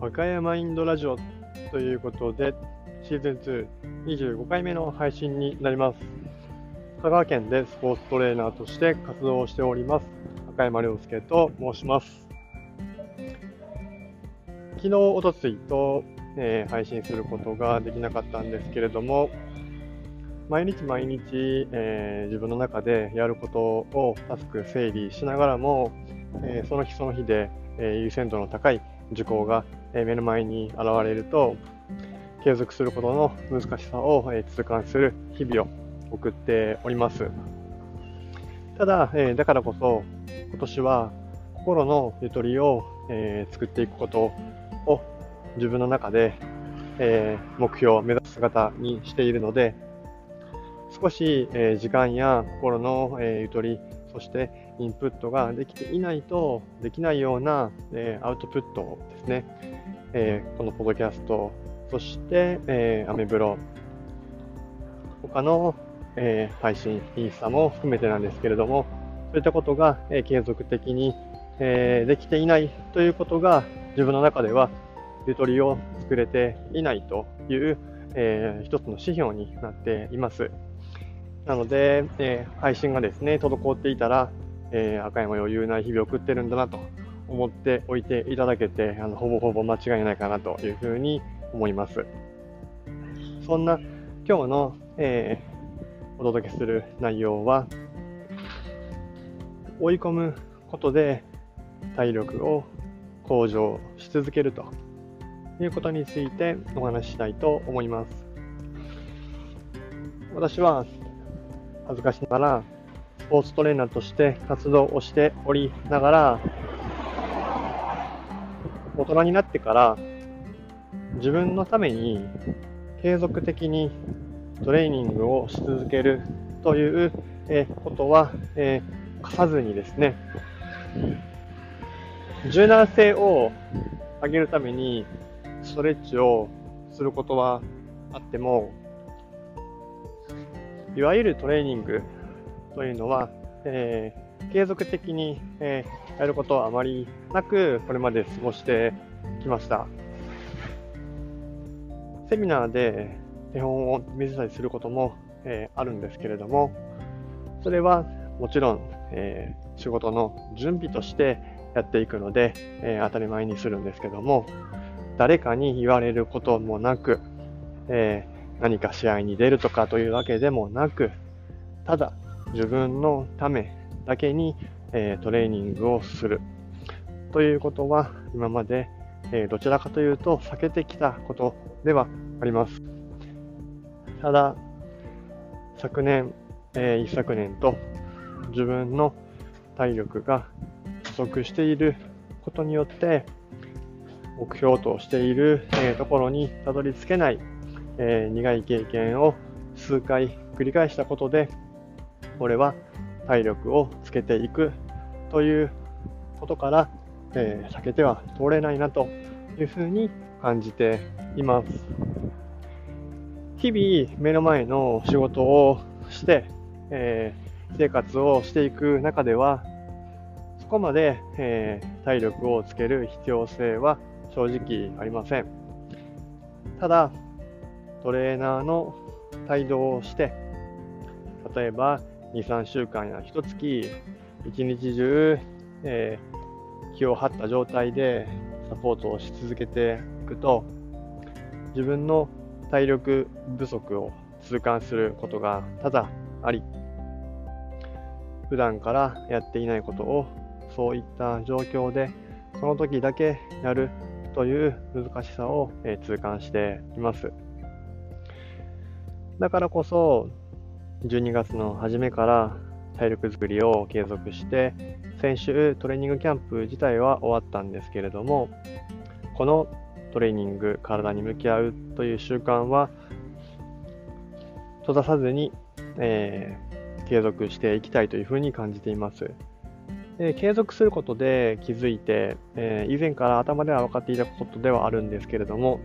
赤山インドラジオということで、シーズン2、25回目の配信になります。香川県でスポーツトレーナーとして活動をしております赤山亮介と申します。昨日、おとついと、配信することができなかったんですけれども、毎日、自分の中でやることをタスク整理しながらも、その日で、優先度の高い事項が、目の前に現れると継続することの難しさを、痛感する日々を送っております。ただ、だからこそ今年は心のゆとりを、作っていくことを自分の中で、目標を目指す姿にしているので、少し、時間や心の、ゆとり、そしてインプットができていないとできないような、アウトプットですね、このポッドキャスト、そして、アメブロ、他の、配信、インスタも含めてなんですけれども、そういったことが、継続的に、できていないということが自分の中ではゆとりを作れていないという、一つの指標になっています。なので、配信がですね、滞っていたら、赤山余裕ない日々を送ってるんだなと思っておいていただけて、ほぼ間違いないかなというふうに思います。そんな今日の、お届けする内容は、追い込むことで体力を向上し続けるということについてお話ししたいと思います。私は恥ずかしながらスポーツトレーナーとして活動をしておりながら、大人になってから自分のために継続的にトレーニングをし続けるということは課さずにですね、柔軟性を上げるためにストレッチをすることはあっても、いわゆるトレーニングというのは、継続的に、やることはあまりなくこれまで過ごしてきました。セミナーで手本を見せたりすることも、あるんですけれども、それはもちろん、仕事の準備としてやっていくので、当たり前にするんですけども、誰かに言われることもなく、何か試合に出るとかというわけでもなく、ただ自分のためだけに、トレーニングをするということは今まで、どちらかというと避けてきたことではあります。ただ昨年、一昨年と自分の体力が不足していることによって目標としている、ところにたどり着けない、苦い経験を数回繰り返したことで、俺は体力をつけていくということから、避けては通れないなというふうに感じています。日々目の前の仕事をして、生活をしていく中ではそこまで、体力をつける必要性は正直ありません。ただトレーナーの帯同をして、例えば 2,3 週間や1月一日中、気を張った状態でサポートをし続けていくと、自分の体力不足を痛感することが多々あり、普段からやっていないことをそういった状況でその時だけやるという難しさを、痛感しています。だからこそ12月の初めから体力作りを継続して、先週トレーニングキャンプ自体は終わったんですけれども、このトレーニング、体に向き合うという習慣は閉ざさずに、継続していきたいというふうに感じています。継続することで気づいて、以前から頭では分かっていたことではあるんですけれども、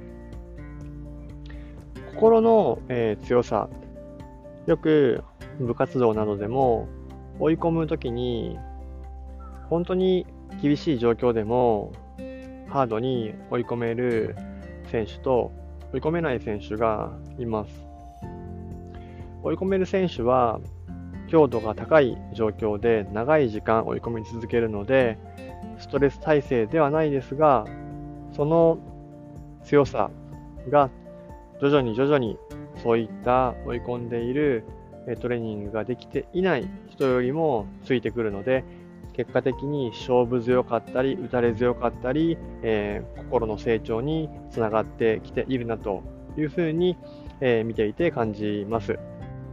心の、強さ、よく部活動などでも追い込むときに本当に厳しい状況でもハードに追い込める選手と追い込めない選手がいます。追い込める選手は強度が高い状況で長い時間追い込み続けるので、ストレス耐性ではないですが、その強さが徐々にそういった追い込んでいるトレーニングができていない人よりもついてくるので、結果的に勝負強かったり打たれ強かったり、心の成長につながってきているなというふうに、見ていて感じます。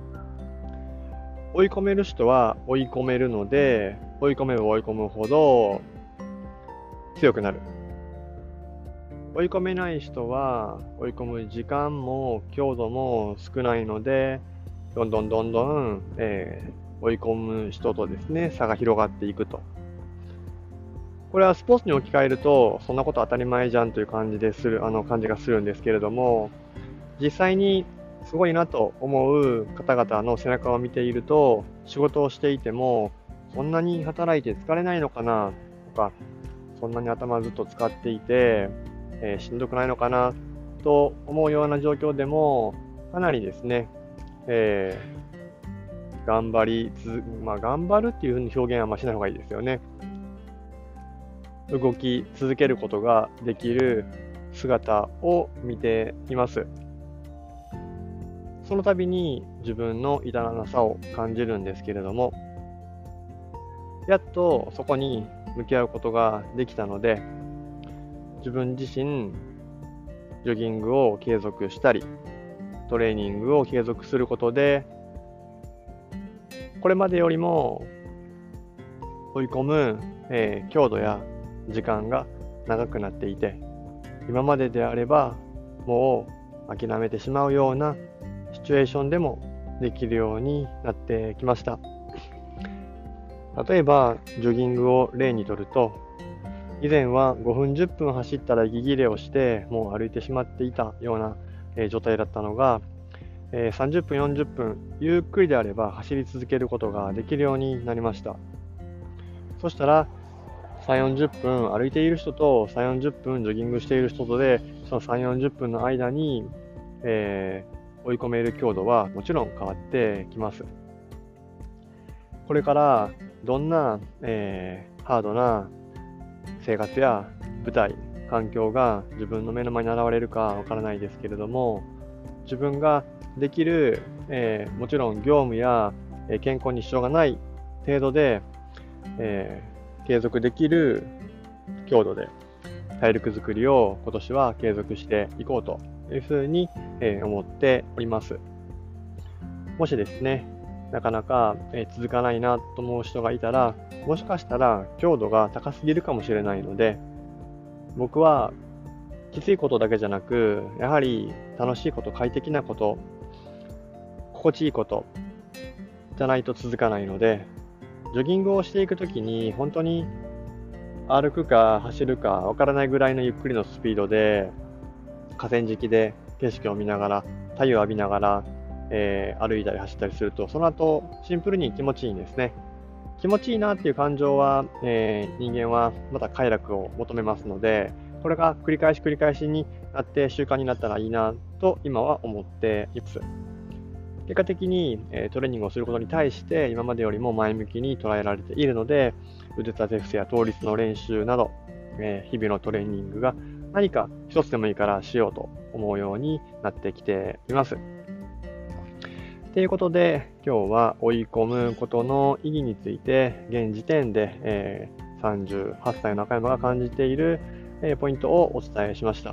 追い込める人は追い込めるので、追い込めば追い込むほど強くなる。追い込めない人は追い込む時間も強度も少ないので、どんどん、追い込む人とですね、差が広がっていくと。これはスポーツに置き換えると、そんなこと当たり前じゃんという感じがするんですけれども、実際にすごいなと思う方々の背中を見ていると、仕事をしていても、そんなに働いて疲れないのかなとか、そんなに頭ずっと使っていて、しんどくないのかなと思うような状況でも、かなりですね、頑張るっていう風に表現はあんましない方がいいですよね。動き続けることができる姿を見ています。その度に自分の至らなさを感じるんですけれども、やっとそこに向き合うことができたので、自分自身ジョギングを継続したり、トレーニングを継続することで、これまでよりも追い込む、強度や時間が長くなっていて、今までであればもう諦めてしまうようなシチュエーションでもできるようになってきました。例えばジョギングを例にとると、以前は5分10分走ったら息切れをしてもう歩いてしまっていたような、状態だったのが、30分40分ゆっくりであれば走り続けることができるようになりました。そしたら3、40分歩いている人と3、40分ジョギングしている人とで、その3、40分の間に、追い込める強度はもちろん変わってきます。これからどんな、ハードな生活や舞台、環境が自分の目の前に現れるかわからないですけれども、自分ができる、もちろん業務や、健康に支障がない程度で、継続できる強度で体力づくりを今年は継続していこうというふうに、思っております。もしですね、なかなか、続かないなと思う人がいたら、もしかしたら強度が高すぎるかもしれないので、僕はきついことだけじゃなく、やはり楽しいこと、快適なこと、心地いいことじゃないと続かないので、ジョギングをしていくときに本当に歩くか走るかわからないぐらいのゆっくりのスピードで、河川敷で景色を見ながら、太陽を浴びながら、歩いたり走ったりすると、その後シンプルに気持ちいいんですね。気持ちいいなっていう感情は、人間はまた快楽を求めますので、これが繰り返しになって習慣になったらいいなと今は思っています。結果的に、トレーニングをすることに対して今までよりも前向きに捉えられているので、腕立て伏せや倒立の練習など、日々のトレーニングが何か一つでもいいからしようと思うようになってきています。ということで、今日は追い込むことの意義について、現時点で、38歳の中山が感じている、ポイントをお伝えしました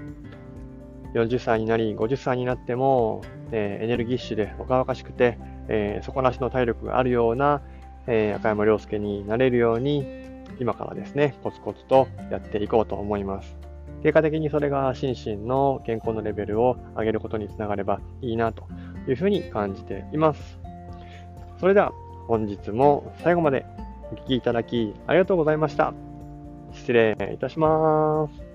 。40歳になり、50歳になっても、エネルギッシュで若々しくて、底なしの体力があるような、赤山亮介になれるように、今からですね、コツコツとやっていこうと思います。結果的にそれが心身の健康のレベルを上げることにつながればいいなというふうに感じています。それでは本日も最後までお聞きいただきありがとうございました。失礼いたします。